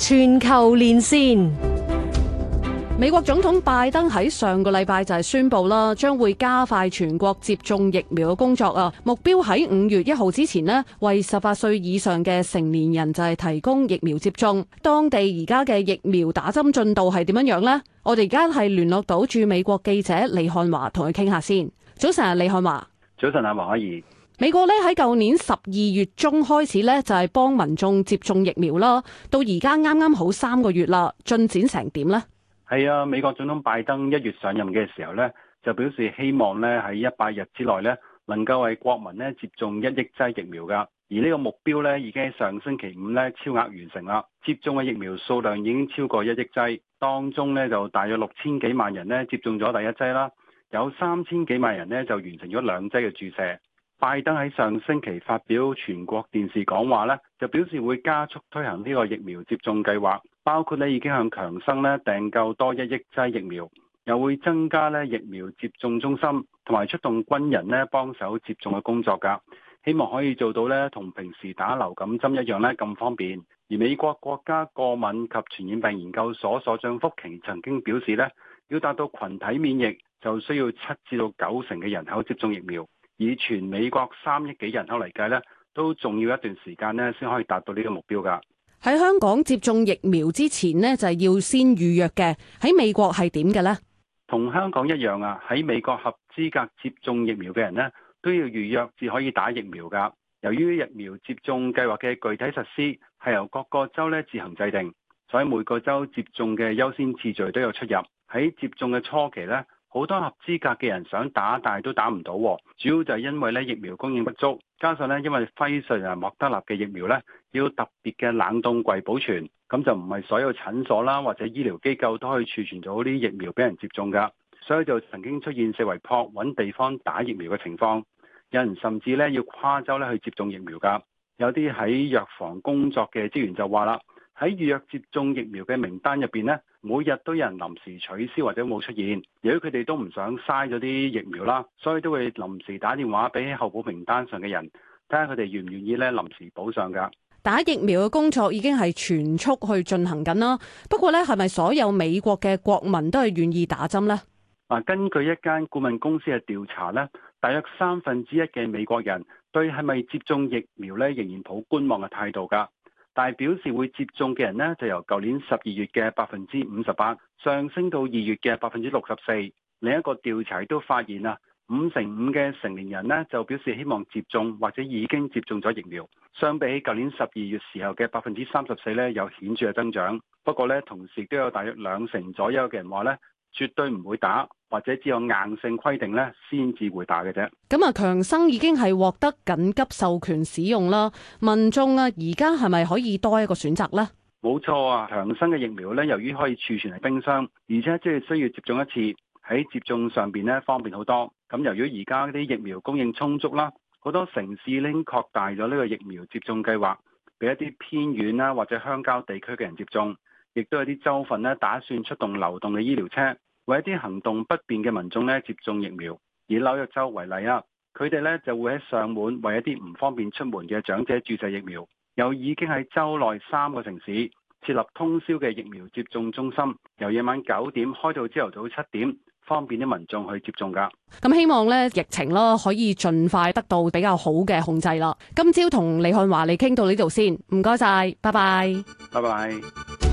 全球連線。 美國總統拜登喺上個禮拜就係宣布啦，將會加快全國接種疫苗嘅工作啊，目標喺5月1號之前呢，為18歲以上嘅成年人就係提供疫苗接種。當地而家嘅疫苗打針進度係點樣樣呢？我哋而家係聯絡到駐美國記者李漢華，同佢傾下先。早晨啊，李漢華。 早晨啊，黃可怡。 美國咧喺舊年12月中開始咧就係幫民眾接種疫苗啦，到而家啱啱好3個月啦，進展成點呢？ 係啊，美國總統拜登1月上任嘅時候呢，就表示希望咧喺100日之內呢，能夠為國民呢接種1億劑疫苗噶，而呢個目標呢，已經喺上星期5呢超額完成啦，接種嘅疫苗數量已經超過1億劑，當中呢，就大約6000幾萬人呢接種咗第一劑啦，有3000幾萬人呢就完成咗2劑嘅注射。拜登喺上星期發表全國電視講話呢，就表示會加速推行呢個疫苗接種計劃，包括呢已經向強生呢訂購多1億劑疫苗，又會增加呢疫苗接種中心，同埋出動軍人呢幫手接種嘅工作㗎，希望可以做到呢同平時打流感針一樣呢咁方便。而美國國家過敏及傳染病研究所所長福奇曾經表示呢，要達到群體免疫，就需要7至到9成嘅人口接種疫苗。以全美國3億幾人口嚟計呢，都仲要一段時間呢先可以達到呢個目標㗎。 喺香港接種疫苗之前呢，就係要先預約嘅。喺美國係點嘅呢？ 同香港一樣啊，喺美國合資格接種疫苗嘅人呢，都要預約至可以打疫苗㗎。由於疫苗接種計劃嘅具體實施係由各個州呢自行制定，所以每個州接種嘅優先次序都有出入。喺接種嘅初期呢，好多合資格嘅人想打，但係都打唔到，主要就係因為咧疫苗供應不足，加上咧因為輝瑞同莫德納嘅疫苗咧要特別嘅冷凍櫃保存，咁就唔係所有診所啦或者醫療機構都可以儲存到啲疫苗俾人接種噶，所以就曾經出現四圍撲揾地方打疫苗嘅情況，有人甚至咧要跨州咧去接種疫苗噶。有啲喺藥房工作嘅職員就話啦，喺預約接種疫苗嘅名單入邊呢，每日都有人臨時取消或者冇出現，由於佢哋都唔想嘥咗啲疫苗啦，所以都會臨時打電話俾候補名單上嘅人，睇下佢哋願唔願意咧臨時補上噶。 打疫苗嘅工作已經係全速去進行緊啦，不過咧係咪所有美國嘅國民都係願意打針呢？ 根據一間顧問公司嘅調查呢，大約1/3嘅美國人對係咪接種疫苗咧仍然抱觀望嘅態度噶。但係表示會接種嘅人呢，就由舊年12月嘅58%上升到2月嘅64%。另一個調查都發現啊，5/5嘅成年人呢，就表示希望接種或者已經接種咗疫苗，相比起舊年12月時候嘅34%呢，有顯著嘅增長。不過呢，同時都有大約2成左右嘅人話呢，絕對唔會打，或者只有硬性規定咧先至會打嘅啫。 咁啊，強生已經係獲得緊急授權使用啦。民眾啊，而家係咪可以多一個選擇呢？ 冇錯啊，強生嘅疫苗咧，由於可以儲存喺冰箱，而且即係需要接種一次，喺接種上邊咧方便好多。咁由於而家啲疫苗供應充足啦，好多城市已經擴大咗呢個疫苗接種計劃，俾一啲偏遠啦或者鄉郊地區嘅人接種，亦都有啲州份咧打算出動流動嘅醫療車，為一啲行動不便嘅民眾咧接種疫苗。以紐約州為例啊，佢哋咧就會喺上門為一啲唔方便出門嘅長者注射疫苗，又已經喺州內3個城市設立通宵嘅疫苗接種中心，由夜晚9點開到朝頭早7點，方便啲民眾去接種噶。 咁希望咧疫情咯可以盡快得到比較好嘅控制啦。今朝同李漢華你傾到呢度先，唔該晒，拜拜。 拜拜。